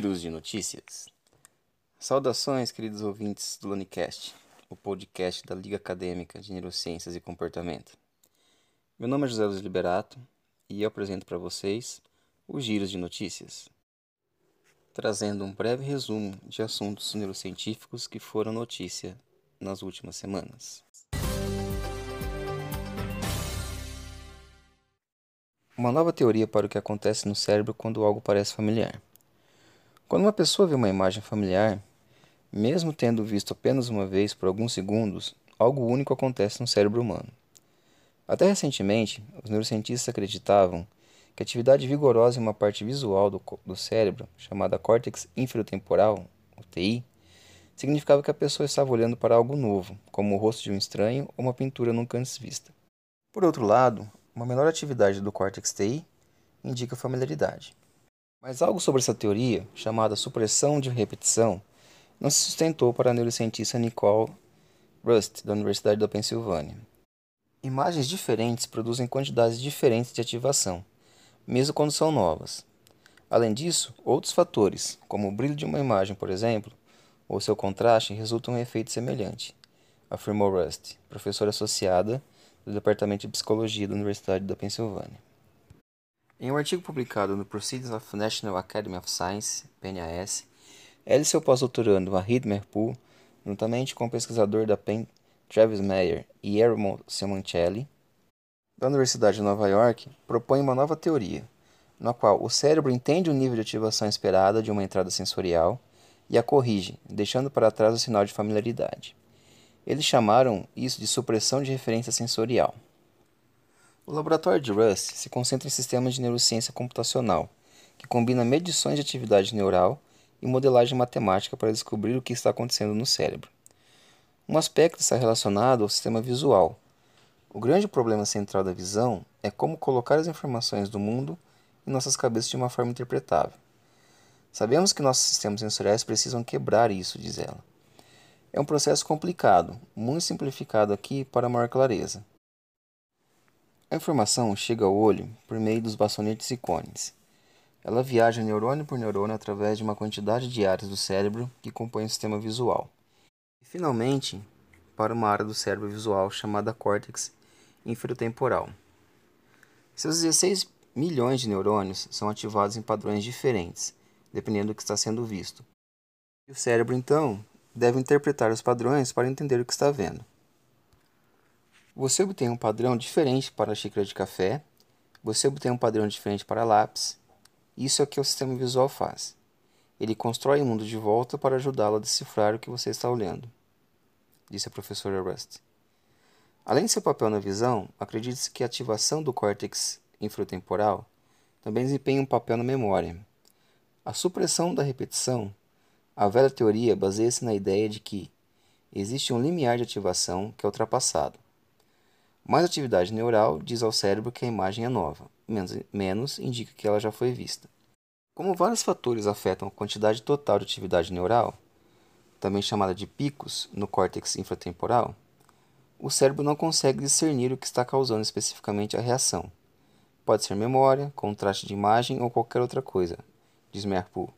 Giros de notícias. Saudações, queridos ouvintes do LaniCast, o podcast da Liga Acadêmica de Neurociências e Comportamento. Meu nome é José Luiz Liberato e eu apresento para vocês os Giros de Notícias, trazendo um breve resumo de assuntos neurocientíficos que foram notícia nas últimas semanas. Uma nova teoria para o que acontece no cérebro quando algo parece familiar. Quando uma pessoa vê uma imagem familiar, mesmo tendo visto apenas uma vez por alguns segundos, algo único acontece no cérebro humano. Até recentemente, os neurocientistas acreditavam que a atividade vigorosa em uma parte visual do cérebro, chamada córtex inferotemporal, o TI, significava que a pessoa estava olhando para algo novo, como o rosto de um estranho ou uma pintura nunca antes vista. Por outro lado, uma menor atividade do córtex TI indica familiaridade. Mas algo sobre essa teoria, chamada supressão de repetição, não se sustentou para a neurocientista Nicole Rust, da Universidade da Pensilvânia. Imagens diferentes produzem quantidades diferentes de ativação, mesmo quando são novas. Além disso, outros fatores, como o brilho de uma imagem, por exemplo, ou seu contraste, resultam em efeito semelhante, afirmou Rust, professora associada do Departamento de Psicologia da Universidade da Pensilvânia. Em um artigo publicado no Proceedings of National Academy of Sciences, PNAS, ela e seu pós-doutorando Wahid Merpool, juntamente com o pesquisador da Penn, Travis Meyer e Ermo Simoncelli, da Universidade de Nova York, propõem uma nova teoria, na qual o cérebro entende o nível de ativação esperada de uma entrada sensorial e a corrige, deixando para trás o sinal de familiaridade. Eles chamaram isso de supressão de referência sensorial. O laboratório de Rust se concentra em sistemas de neurociência computacional, que combina medições de atividade neural e modelagem matemática para descobrir o que está acontecendo no cérebro. Um aspecto está relacionado ao sistema visual. O grande problema central da visão é como colocar as informações do mundo em nossas cabeças de uma forma interpretável. Sabemos que nossos sistemas sensoriais precisam quebrar isso, diz ela. É um processo complicado, muito simplificado aqui para maior clareza. A informação chega ao olho por meio dos bastonetes e cones. Ela viaja neurônio por neurônio através de uma quantidade de áreas do cérebro que compõem o sistema visual. E, finalmente, para uma área do cérebro visual chamada córtex inferotemporal. Seus 16 milhões de neurônios são ativados em padrões diferentes, dependendo do que está sendo visto. E o cérebro, então, deve interpretar os padrões para entender o que está vendo. Você obtém um padrão diferente para a xícara de café, você obtém um padrão diferente para lápis. Isso é o que o sistema visual faz. Ele constrói o mundo de volta para ajudá-lo a decifrar o que você está olhando, disse a professora Rust. Além de seu papel na visão, acredita-se que a ativação do córtex inferotemporal também desempenha um papel na memória. A supressão da repetição, a velha teoria baseia-se na ideia de que existe um limiar de ativação que é ultrapassado. Mais atividade neural diz ao cérebro que a imagem é nova, menos indica que ela já foi vista. Como vários fatores afetam a quantidade total de atividade neural, também chamada de picos, no córtex infratemporal, o cérebro não consegue discernir o que está causando especificamente a reação. Pode ser memória, contraste de imagem ou qualquer outra coisa, diz Merpool.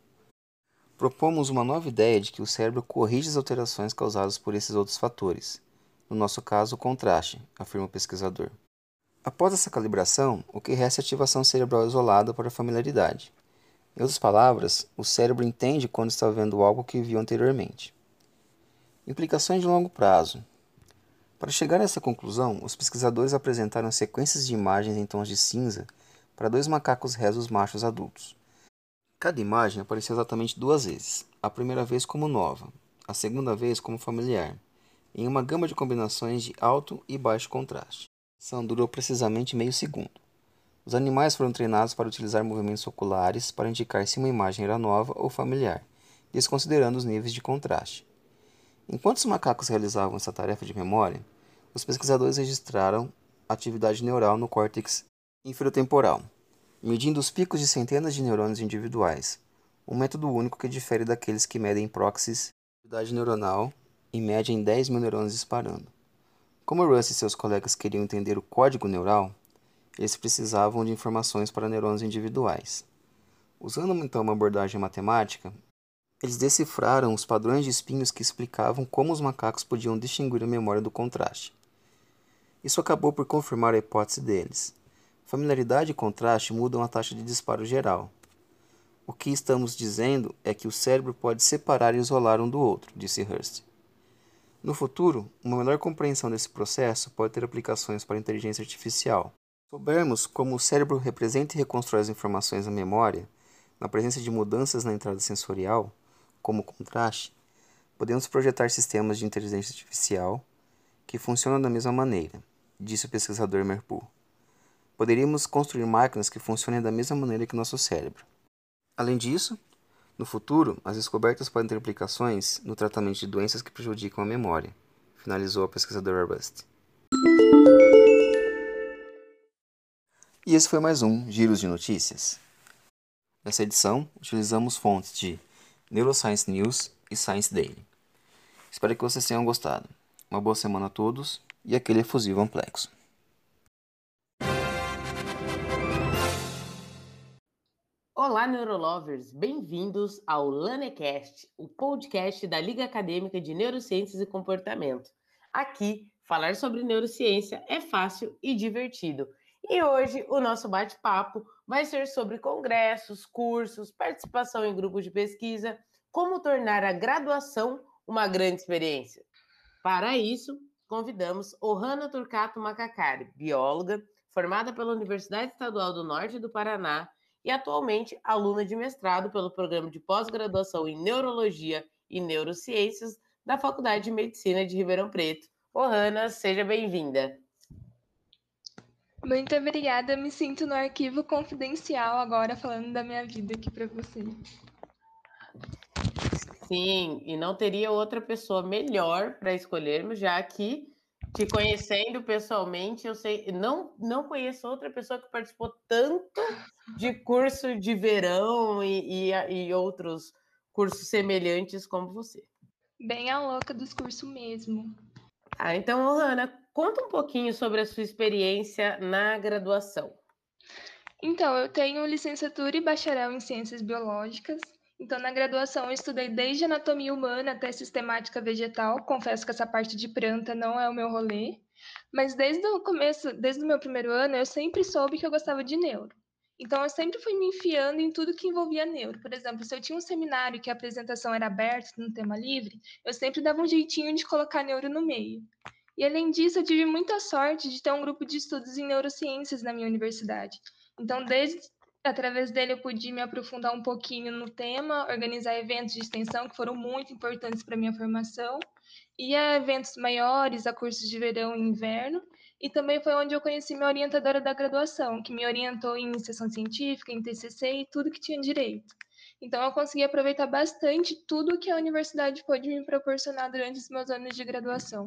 Propomos uma nova ideia de que o cérebro corrige as alterações causadas por esses outros fatores. No nosso caso, o contraste, afirma o pesquisador. Após essa calibração, o que resta é ativação cerebral isolada para a familiaridade. Em outras palavras, o cérebro entende quando está vendo algo que viu anteriormente. Implicações de longo prazo. Para chegar a essa conclusão, os pesquisadores apresentaram sequências de imagens em tons de cinza para 2 macacos rezos machos adultos. Cada imagem apareceu exatamente 2 vezes, a primeira vez como nova, a segunda vez como familiar, em uma gama de combinações de alto e baixo contraste. A ação durou precisamente meio segundo. Os animais foram treinados para utilizar movimentos oculares para indicar se uma imagem era nova ou familiar, desconsiderando os níveis de contraste. Enquanto os macacos realizavam essa tarefa de memória, os pesquisadores registraram atividade neural no córtex inferotemporal, medindo os picos de centenas de neurônios individuais, um método único que difere daqueles que medem proxies de atividade neuronal em média em 10 mil neurônios disparando. Como Russ e seus colegas queriam entender o código neural, eles precisavam de informações para neurônios individuais. Usando então uma abordagem matemática, eles decifraram os padrões de espinhos que explicavam como os macacos podiam distinguir a memória do contraste. Isso acabou por confirmar a hipótese deles. Familiaridade e contraste mudam a taxa de disparo geral. O que estamos dizendo é que o cérebro pode separar e isolar um do outro, disse Hurst. No futuro, uma melhor compreensão desse processo pode ter aplicações para a inteligência artificial. Se soubermos como o cérebro representa e reconstrói as informações na memória, na presença de mudanças na entrada sensorial, como contraste, podemos projetar sistemas de inteligência artificial que funcionam da mesma maneira, disse o pesquisador Merpur. Poderíamos construir máquinas que funcionem da mesma maneira que nosso cérebro. Além disso, no futuro, as descobertas podem ter implicações no tratamento de doenças que prejudicam a memória, finalizou a pesquisadora Rust. E esse foi mais um Giros de Notícias. Nessa edição, utilizamos fontes de Neuroscience News e Science Daily. Espero que vocês tenham gostado. Uma boa semana a todos e aquele efusivo amplexo. Olá, Neurolovers! Bem-vindos ao LaneCast, o podcast da Liga Acadêmica de Neurociências e Comportamento. Aqui, falar sobre neurociência é fácil e divertido. E hoje o nosso bate-papo vai ser sobre congressos, cursos, participação em grupos de pesquisa, como tornar a graduação uma grande experiência. Para isso, convidamos Ohana Turcato Macacari, bióloga, formada pela Universidade Estadual do Norte do Paraná e atualmente aluna de mestrado pelo Programa de Pós-Graduação em Neurologia e Neurociências da Faculdade de Medicina de Ribeirão Preto. Ohana, seja bem-vinda. Muito obrigada, me sinto no arquivo confidencial agora falando da minha vida aqui para você. Sim, e não teria outra pessoa melhor para escolhermos, já que te conhecendo pessoalmente, eu sei, não conheço outra pessoa que participou tanto de curso de verão e outros cursos semelhantes como você. Bem a louca dos cursos mesmo. Então, Ohana, conta um pouquinho sobre a sua experiência na graduação. Então, eu tenho licenciatura e bacharel em Ciências Biológicas. Então, na graduação, eu estudei desde anatomia humana até sistemática vegetal. Confesso que essa parte de planta não é o meu rolê. Mas desde o começo, desde o meu primeiro ano, eu sempre soube que eu gostava de neuro. Então, eu sempre fui me enfiando em tudo que envolvia neuro. Por exemplo, se eu tinha um seminário que a apresentação era aberta, no tema livre, eu sempre dava um jeitinho de colocar neuro no meio. E, além disso, eu tive muita sorte de ter um grupo de estudos em neurociências na minha universidade. Então, através dele, eu pude me aprofundar um pouquinho no tema, organizar eventos de extensão que foram muito importantes para a minha formação, e a eventos maiores, a cursos de verão e inverno, e também foi onde eu conheci minha orientadora da graduação, que me orientou em iniciação científica, em TCC e tudo que tinha direito. Então, eu consegui aproveitar bastante tudo que a universidade pôde me proporcionar durante os meus anos de graduação.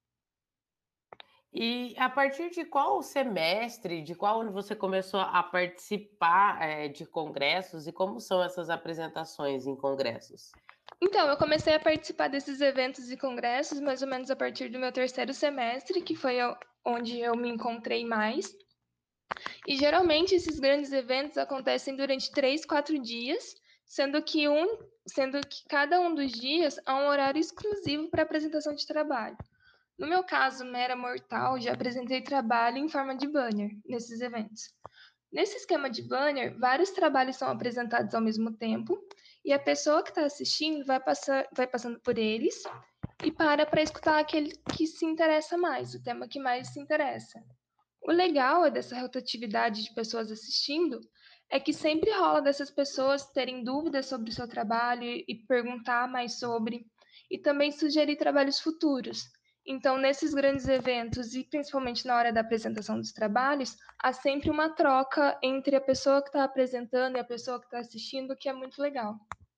E a partir de qual semestre, de qual ano você começou a participar de congressos e como são essas apresentações em congressos? Então, eu comecei a participar desses eventos e congressos mais ou menos a partir do meu terceiro semestre, que foi onde eu me encontrei mais. E geralmente esses grandes eventos acontecem durante 3, 4 dias, sendo que cada um dos dias há um horário exclusivo para apresentação de trabalho. No meu caso, mera mortal, já apresentei trabalho em forma de banner nesses eventos. Nesse esquema de banner, vários trabalhos são apresentados ao mesmo tempo e a pessoa que está assistindo vai passando por eles e para escutar aquele que se interessa mais, o tema que mais se interessa. O legal dessa rotatividade de pessoas assistindo é que sempre rola dessas pessoas terem dúvidas sobre o seu trabalho e perguntar mais sobre, e também sugerir trabalhos futuros. Então, nesses grandes eventos e principalmente na hora da apresentação dos trabalhos, há sempre uma troca entre a pessoa que está apresentando e a pessoa que está assistindo, que é muito legal.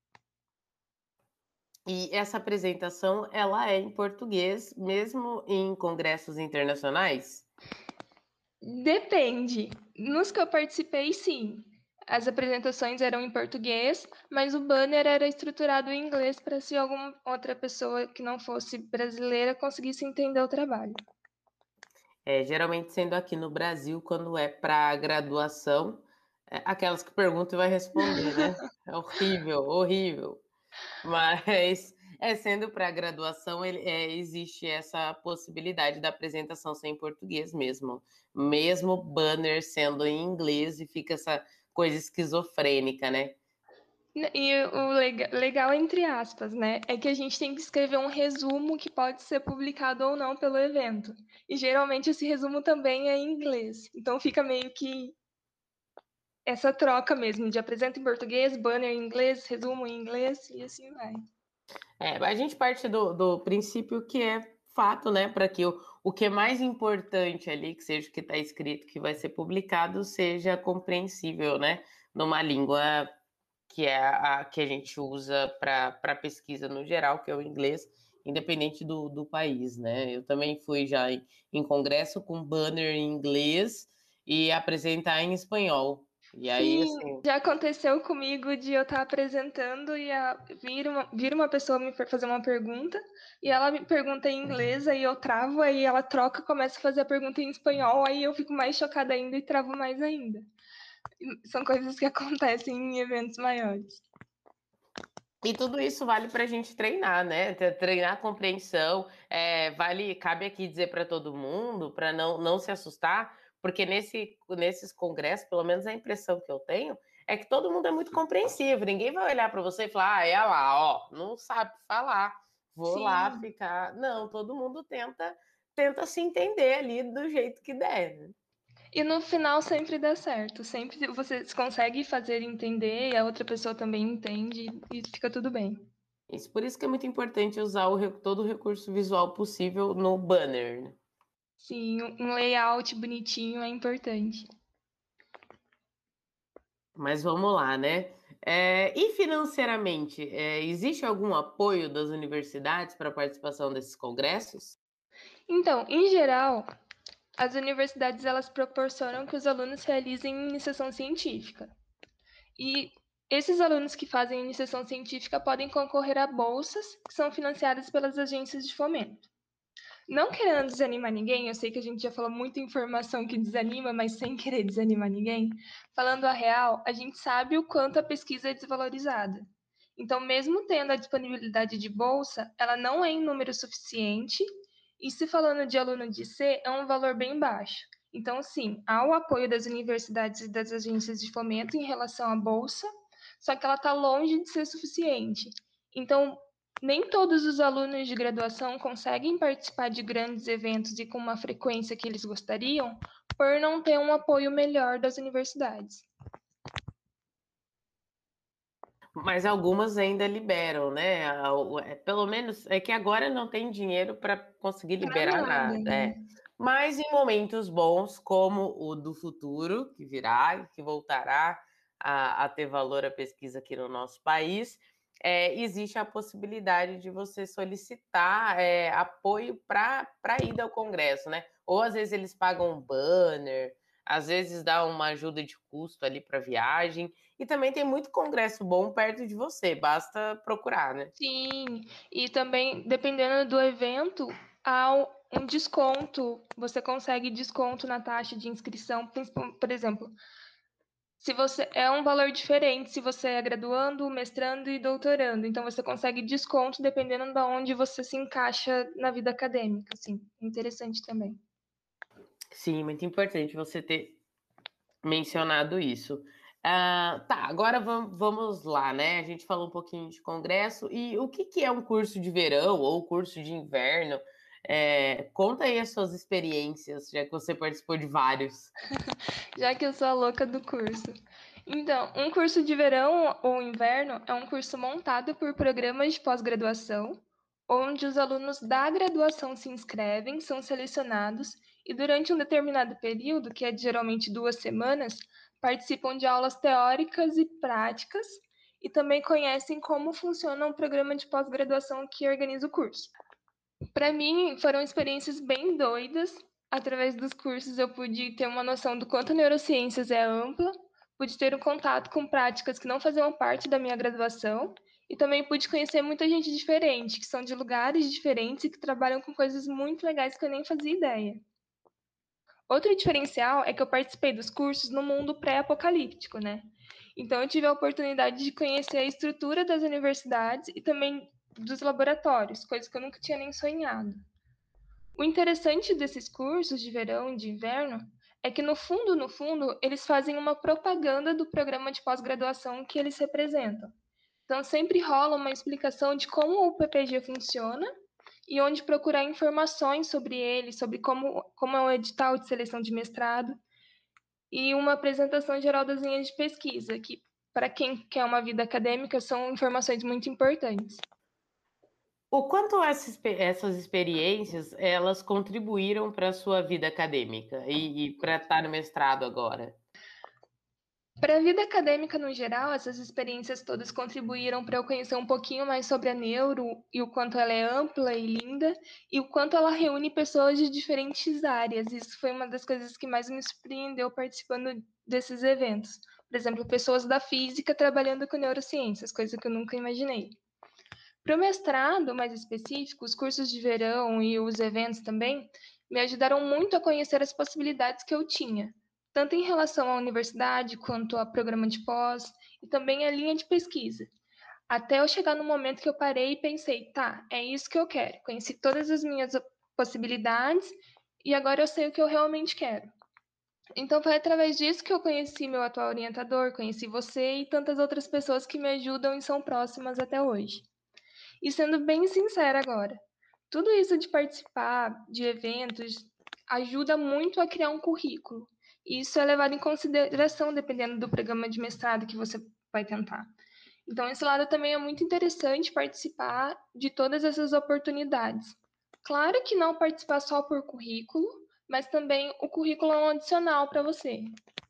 E essa apresentação, ela é em português, mesmo em congressos internacionais? Depende. Nos que eu participei, sim. As apresentações eram em português, mas o banner era estruturado em inglês para se alguma outra pessoa que não fosse brasileira conseguisse entender o trabalho. Geralmente sendo aqui no Brasil, quando é para graduação, Aquelas que perguntam e vai responder, né? É horrível, horrível. Mas, sendo para graduação, existe essa possibilidade da apresentação ser em português mesmo. Mesmo banner sendo em inglês e fica essa coisa esquizofrênica, né? E o legal, entre aspas, né, é que a gente tem que escrever um resumo que pode ser publicado ou não pelo evento. E geralmente esse resumo também é em inglês. Então fica meio que essa troca mesmo de apresenta em português, banner em inglês, resumo em inglês e assim vai. A gente parte do princípio que é fato, né? Para que o que é mais importante ali, que seja o que está escrito, que vai ser publicado, seja compreensível, né? Numa língua que é a que a gente usa para pesquisa no geral, que é o inglês, independente do país, né? Eu também fui já em congresso com banner em inglês e apresentar em espanhol. E aí, Sim, assim, já aconteceu comigo de eu estar apresentando e vir uma pessoa me fazer uma pergunta e ela me pergunta em inglês, aí eu travo, aí ela troca, começa a fazer a pergunta em espanhol, aí eu fico mais chocada ainda e travo mais ainda. São coisas que acontecem em eventos maiores. e tudo isso vale para a gente treinar, né? Treinar a compreensão. Cabe aqui dizer para todo mundo, para não se assustar, porque nesses congressos, pelo menos a impressão que eu tenho, é que todo mundo é muito compreensivo. Ninguém vai olhar para você e falar, é lá, ó, não sabe falar, vou lá Sim. ficar. Não, todo mundo tenta se entender ali do jeito que der, né? E no final sempre dá certo. Sempre você consegue fazer entender e a outra pessoa também entende e fica tudo bem. Por isso que é muito importante usar todo o recurso visual possível no banner, né? Sim, um layout bonitinho é importante. Mas vamos lá, né? E financeiramente, existe algum apoio das universidades para a participação desses congressos? Então, em geral, as universidades elas proporcionam que os alunos realizem iniciação científica. E esses alunos que fazem iniciação científica podem concorrer a bolsas que são financiadas pelas agências de fomento. Não querendo desanimar ninguém, eu sei que a gente já falou muita informação que desanima, mas sem querer desanimar ninguém. Falando a real, a gente sabe o quanto a pesquisa é desvalorizada. Então, mesmo tendo a disponibilidade de bolsa, ela não é em número suficiente, e se falando de aluno de C, é um valor bem baixo. Então, sim, há o apoio das universidades e das agências de fomento em relação à bolsa, só que ela está longe de ser suficiente. Então, nem todos os alunos de graduação conseguem participar de grandes eventos e com uma frequência que eles gostariam, por não ter um apoio melhor das universidades. Mas algumas ainda liberam, né? Pelo menos é que agora não tem dinheiro para conseguir Pra liberar nada, nada. né? Mas em momentos bons, como o do futuro, que virá, que voltará a ter valor a pesquisa aqui no nosso país, existe a possibilidade de você solicitar apoio para a ida ao Congresso, né? Ou às vezes eles pagam um banner, às vezes dá uma ajuda de custo ali para viagem. E também tem muito congresso bom perto de você, basta procurar, né? Sim, e também, dependendo do evento, há um desconto. Você consegue desconto na taxa de inscrição, por exemplo, se você é um valor diferente se você é graduando, mestrando e doutorando. Então você consegue desconto dependendo de onde você se encaixa na vida acadêmica, assim. Interessante também. Sim, muito importante você ter mencionado isso. Tá, agora vamos lá, né? A gente falou um pouquinho de congresso e o que é um curso de verão ou curso de inverno? Conta aí as suas experiências, já que você participou de vários. Já que eu sou a louca do curso. Então, um curso de verão ou inverno é um curso montado por programas de pós-graduação, onde os alunos da graduação se inscrevem, são selecionados e, durante um determinado período, que é geralmente 2 semanas, participam de aulas teóricas e práticas e também conhecem como funciona um programa de pós-graduação que organiza o curso. Para mim, foram experiências bem doidas. Através dos cursos, eu pude ter uma noção do quanto a neurociências é ampla, pude ter um contato com práticas que não faziam parte da minha graduação, e também pude conhecer muita gente diferente, que são de lugares diferentes e que trabalham com coisas muito legais que eu nem fazia ideia. Outro diferencial é que eu participei dos cursos no mundo pré-apocalíptico, né? Então eu tive a oportunidade de conhecer a estrutura das universidades e também dos laboratórios, coisa que eu nunca tinha nem sonhado. O interessante desses cursos de verão e de inverno é que no fundo, eles fazem uma propaganda do programa de pós-graduação que eles representam. Então sempre rola uma explicação de como o PPG funciona e onde procurar informações sobre ele, sobre como é o edital de seleção de mestrado, e uma apresentação geral das linhas de pesquisa, que, para quem quer uma vida acadêmica, são informações muito importantes. O quanto essas experiências elas contribuíram para a sua vida acadêmica e para estar no mestrado agora? Para a vida acadêmica no geral, essas experiências todas contribuíram para eu conhecer um pouquinho mais sobre a neuro e o quanto ela é ampla e linda e o quanto ela reúne pessoas de diferentes áreas. Isso foi uma das coisas que mais me surpreendeu participando desses eventos. Por exemplo, pessoas da física trabalhando com neurociências, coisa que eu nunca imaginei. Para o mestrado mais específico, os cursos de verão e os eventos também me ajudaram muito a conhecer as possibilidades que eu tinha, tanto em relação à universidade quanto ao programa de pós e também à linha de pesquisa. Até eu chegar no momento que eu parei e pensei, tá, é isso que eu quero. Conheci todas as minhas possibilidades e agora eu sei o que eu realmente quero. Então foi através disso que eu conheci meu atual orientador, conheci você e tantas outras pessoas que me ajudam e são próximas até hoje. E sendo bem sincera agora, tudo isso de participar de eventos ajuda muito a criar um currículo. E isso é levado em consideração dependendo do programa de mestrado que você vai tentar. Então, esse lado também é muito interessante participar de todas essas oportunidades. Claro que não participar só por currículo, mas também o currículo é um adicional para você.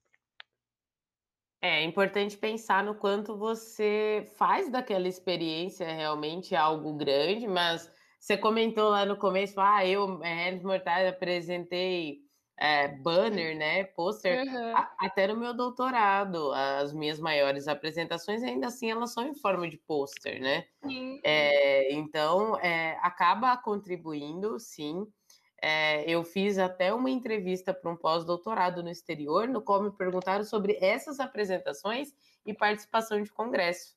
É importante pensar no quanto você faz daquela experiência realmente algo grande, mas você comentou lá no começo, eu, Hellis Mortais, apresentei banner, né, pôster, Uhum. até no meu doutorado, as minhas maiores apresentações, ainda assim, elas são em forma de pôster, né? Sim. Então, acaba contribuindo, sim. Eu fiz até uma entrevista para um pós-doutorado no exterior, no qual me perguntaram sobre essas apresentações e participação de congresso.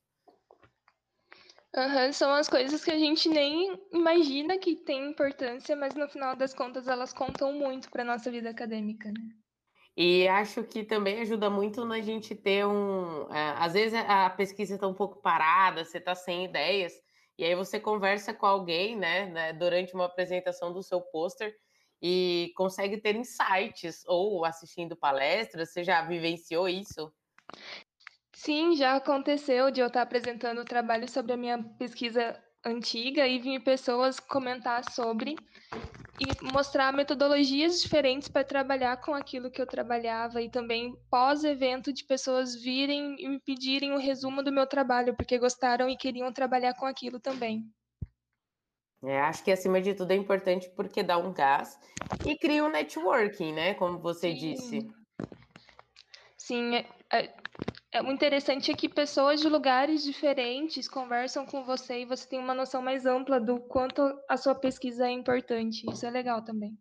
Uhum, são as coisas que a gente nem imagina que tem importância, mas no final das contas elas contam muito para nossa vida acadêmica, né? E acho que também ajuda muito na gente ter às vezes a pesquisa está um pouco parada, você está sem ideias, e aí você conversa com alguém, né, durante uma apresentação do seu pôster e consegue ter insights, ou assistindo palestras, você já vivenciou isso? Sim, já aconteceu de eu estar apresentando o trabalho sobre a minha pesquisa antiga e vir pessoas comentar sobre e mostrar metodologias diferentes para trabalhar com aquilo que eu trabalhava e também pós-evento de pessoas virem e me pedirem o resumo do meu trabalho porque gostaram e queriam trabalhar com aquilo também. Acho que acima de tudo é importante porque dá um gás e cria um networking, né? Como você disse. Sim, sim, o interessante é que pessoas de lugares diferentes conversam com você e você tem uma noção mais ampla do quanto a sua pesquisa é importante. Isso é legal também.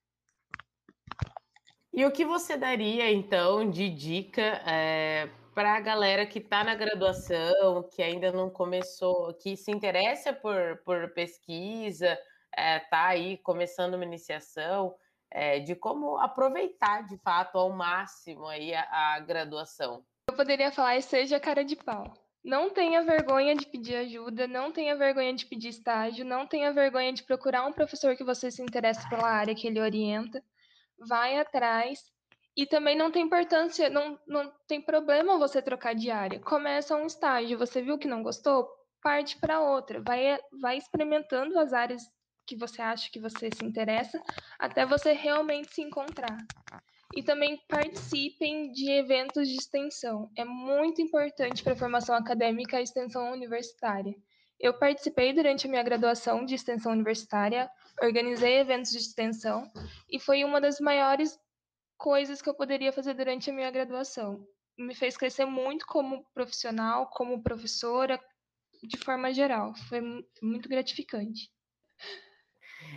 E o que você daria, então, de dica para a galera que está na graduação, que ainda não começou, que se interessa por pesquisa, está aí começando uma iniciação, de como aproveitar de fato ao máximo aí a graduação? Eu poderia falar, seja cara de pau. Não tenha vergonha de pedir ajuda, não tenha vergonha de pedir estágio, não tenha vergonha de procurar um professor que você se interessa pela área que ele orienta. Vai atrás. E também não tem importância, não tem problema você trocar de área. Começa um estágio, você viu que não gostou? Parte para outra. Vai experimentando as áreas que você acha que você se interessa, até você realmente se encontrar. E também participem de eventos de extensão. É muito importante para a formação acadêmica a extensão universitária. Eu participei durante a minha graduação de extensão universitária, organizei eventos de extensão e foi uma das maiores coisas que eu poderia fazer durante a minha graduação. Me fez crescer muito como profissional, como professora, de forma geral. Foi muito gratificante.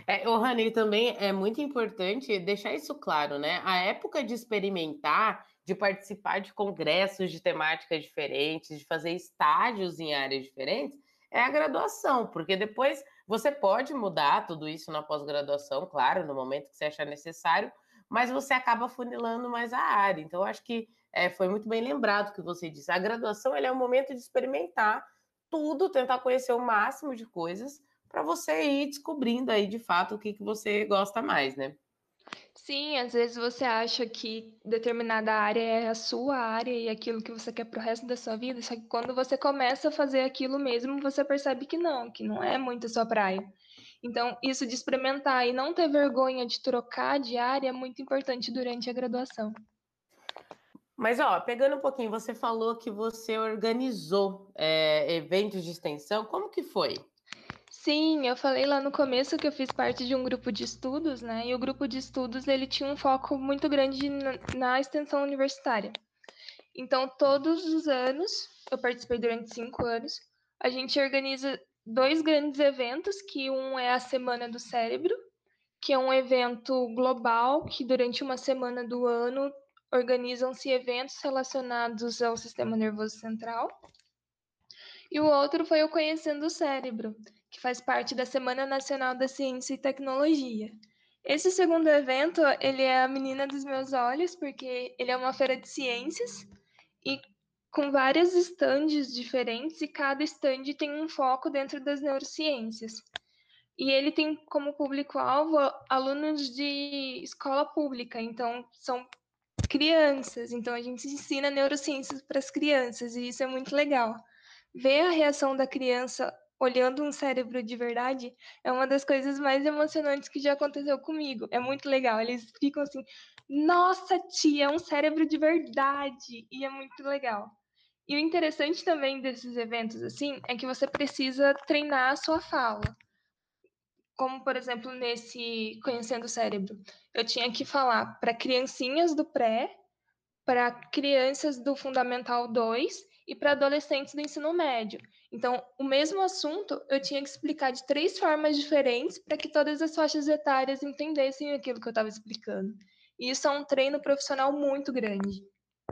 O Rani, também é muito importante deixar isso claro, né? A época de experimentar, de participar de congressos de temáticas diferentes, de fazer estágios em áreas diferentes, é a graduação, porque depois você pode mudar tudo isso na pós-graduação, claro, no momento que você achar necessário, mas você acaba funilando mais a área. Então, eu acho que foi muito bem lembrado que você disse. A graduação é um momento de experimentar tudo, tentar conhecer o máximo de coisas para você ir descobrindo aí de fato o que você gosta mais, né? Sim, às vezes você acha que determinada área é a sua área e aquilo que você quer pro resto da sua vida, só que quando você começa a fazer aquilo mesmo, você percebe que não é muito a sua praia. Então, isso de experimentar e não ter vergonha de trocar de área é muito importante durante a graduação. Mas, ó, pegando um pouquinho, você falou que você organizou eventos de extensão. Como que foi? Sim, eu falei lá no começo que eu fiz parte de um grupo de estudos, né? E o grupo de estudos ele tinha um foco muito grande na extensão universitária. Então, todos os anos, eu participei durante 5 anos, a gente organiza dois grandes eventos, que um é a Semana do Cérebro, que é um evento global que durante uma semana do ano organizam-se eventos relacionados ao sistema nervoso central. E o outro foi o Conhecendo o Cérebro, que faz parte da Semana Nacional da Ciência e Tecnologia. Esse segundo evento, ele é a menina dos meus olhos, porque ele é uma feira de ciências e com várias estandes diferentes, e cada estande tem um foco dentro das neurociências. E ele tem como público-alvo alunos de escola pública, então são crianças, então a gente ensina neurociências para as crianças, e isso é muito legal. Ver a reação da criança olhando um cérebro de verdade é uma das coisas mais emocionantes que já aconteceu comigo. É muito legal. Eles ficam assim: nossa, tia, é um cérebro de verdade! E é muito legal. E o interessante também desses eventos assim é que você precisa treinar a sua fala. Como, por exemplo, nesse Conhecendo o Cérebro. Eu tinha que falar para criancinhas do pré, para crianças do Fundamental 2 e para adolescentes do ensino médio. Então, o mesmo assunto eu tinha que explicar de 3 formas diferentes para que todas as faixas etárias entendessem aquilo que eu estava explicando. E isso é um treino profissional muito grande.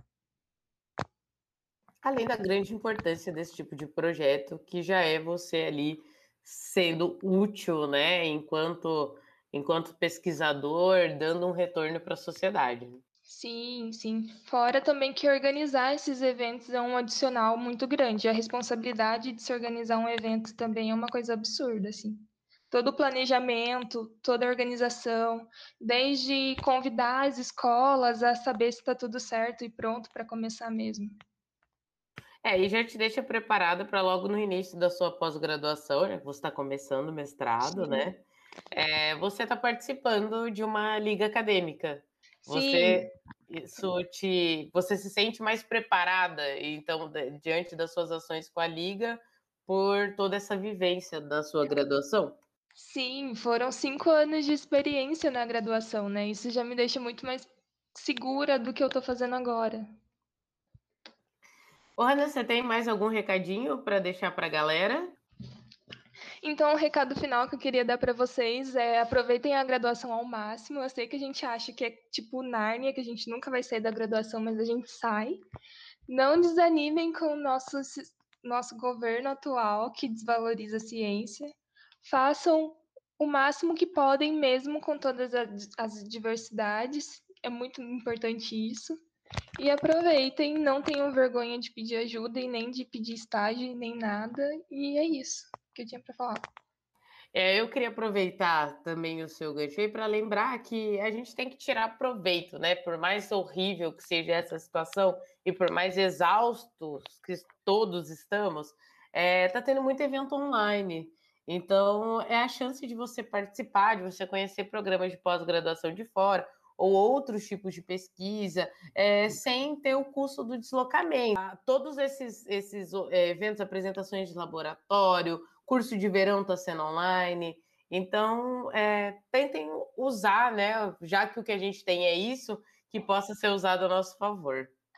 Além da grande importância desse tipo de projeto, que já é você ali sendo útil, né, enquanto pesquisador, dando um retorno para a sociedade. Sim, sim. Fora também que organizar esses eventos é um adicional muito grande. A responsabilidade de se organizar um evento também é uma coisa absurda, assim. Todo o planejamento, toda a organização, desde convidar as escolas a saber se está tudo certo e pronto para começar mesmo. E já te deixa preparada para logo no início da sua pós-graduação, já que você está começando o mestrado, Sim. né? Você está participando de uma liga acadêmica. Sim, Você se sente mais preparada, então, diante das suas ações com a liga, por toda essa vivência da sua graduação? sim, foram 5 anos de experiência na graduação, né? Isso já me deixa muito mais segura do que eu estou fazendo agora. Ô, Hannah, você tem mais algum recadinho para deixar para a galera? Então, o recado final que eu queria dar para vocês é aproveitem a graduação ao máximo. Eu sei que a gente acha que é tipo Nárnia, que a gente nunca vai sair da graduação, mas a gente sai. Não desanimem com o nosso governo atual, que desvaloriza a ciência. Façam o máximo que podem, mesmo com todas as diversidades. É muito importante isso. E aproveitem, não tenham vergonha de pedir ajuda e nem de pedir estágio, nem nada. E é isso que eu tinha para falar. Eu queria aproveitar também o seu gancho aí para lembrar que a gente tem que tirar proveito, né? Por mais horrível que seja essa situação e por mais exaustos que todos estamos, tá tendo muito evento online. Então, é a chance de você participar, de você conhecer programas de pós-graduação de fora ou outros tipos de pesquisa, sem ter o custo do deslocamento. Todos esses eventos, apresentações de laboratório, curso de verão está sendo online. Então, tentem usar, né? Já que o que a gente tem é isso, que possa ser usado a nosso favor.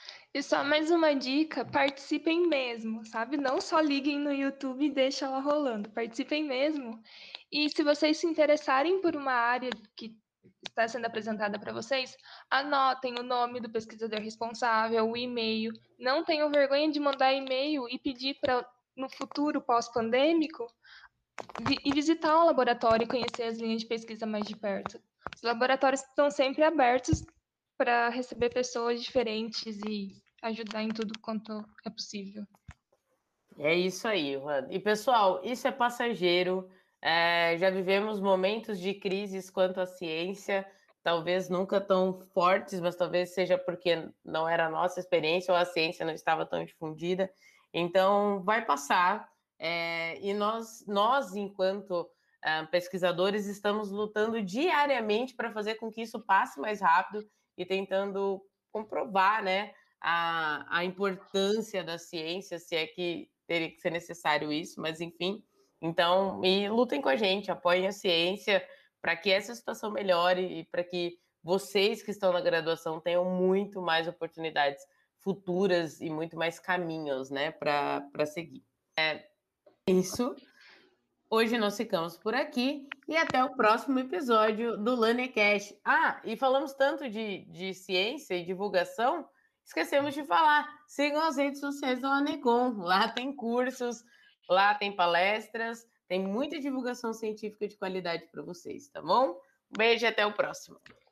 E só mais uma dica, participem mesmo, sabe? Não só liguem no YouTube e deixem ela rolando, participem mesmo. E se vocês se interessarem por uma área que está sendo apresentada para vocês, anotem o nome do pesquisador responsável, o e-mail. Não tenham vergonha de mandar e-mail e pedir para, no futuro pós-pandêmico, e visitar o laboratório e conhecer as linhas de pesquisa mais de perto. Os laboratórios estão sempre abertos para receber pessoas diferentes e ajudar em tudo quanto é possível. É isso aí, Juan. E pessoal, isso é passageiro. Já vivemos momentos de crises quanto à ciência, talvez nunca tão fortes, mas talvez seja porque não era a nossa experiência ou a ciência não estava tão difundida. Então, vai passar. E nós enquanto pesquisadores, estamos lutando diariamente para fazer com que isso passe mais rápido e tentando comprovar, né, a importância da ciência, se é que teria que ser necessário isso, mas enfim. Então, e lutem com a gente, apoiem a ciência para que essa situação melhore e para que vocês que estão na graduação tenham muito mais oportunidades futuras e muito mais caminhos, né, para seguir. Isso. Hoje nós ficamos por aqui e até o próximo episódio do LaneCast. E falamos tanto de ciência e divulgação, esquecemos de falar. Sigam as redes sociais da Lanecom. Lá tem cursos, lá tem palestras, tem muita divulgação científica de qualidade para vocês, tá bom? Um beijo e até o próximo.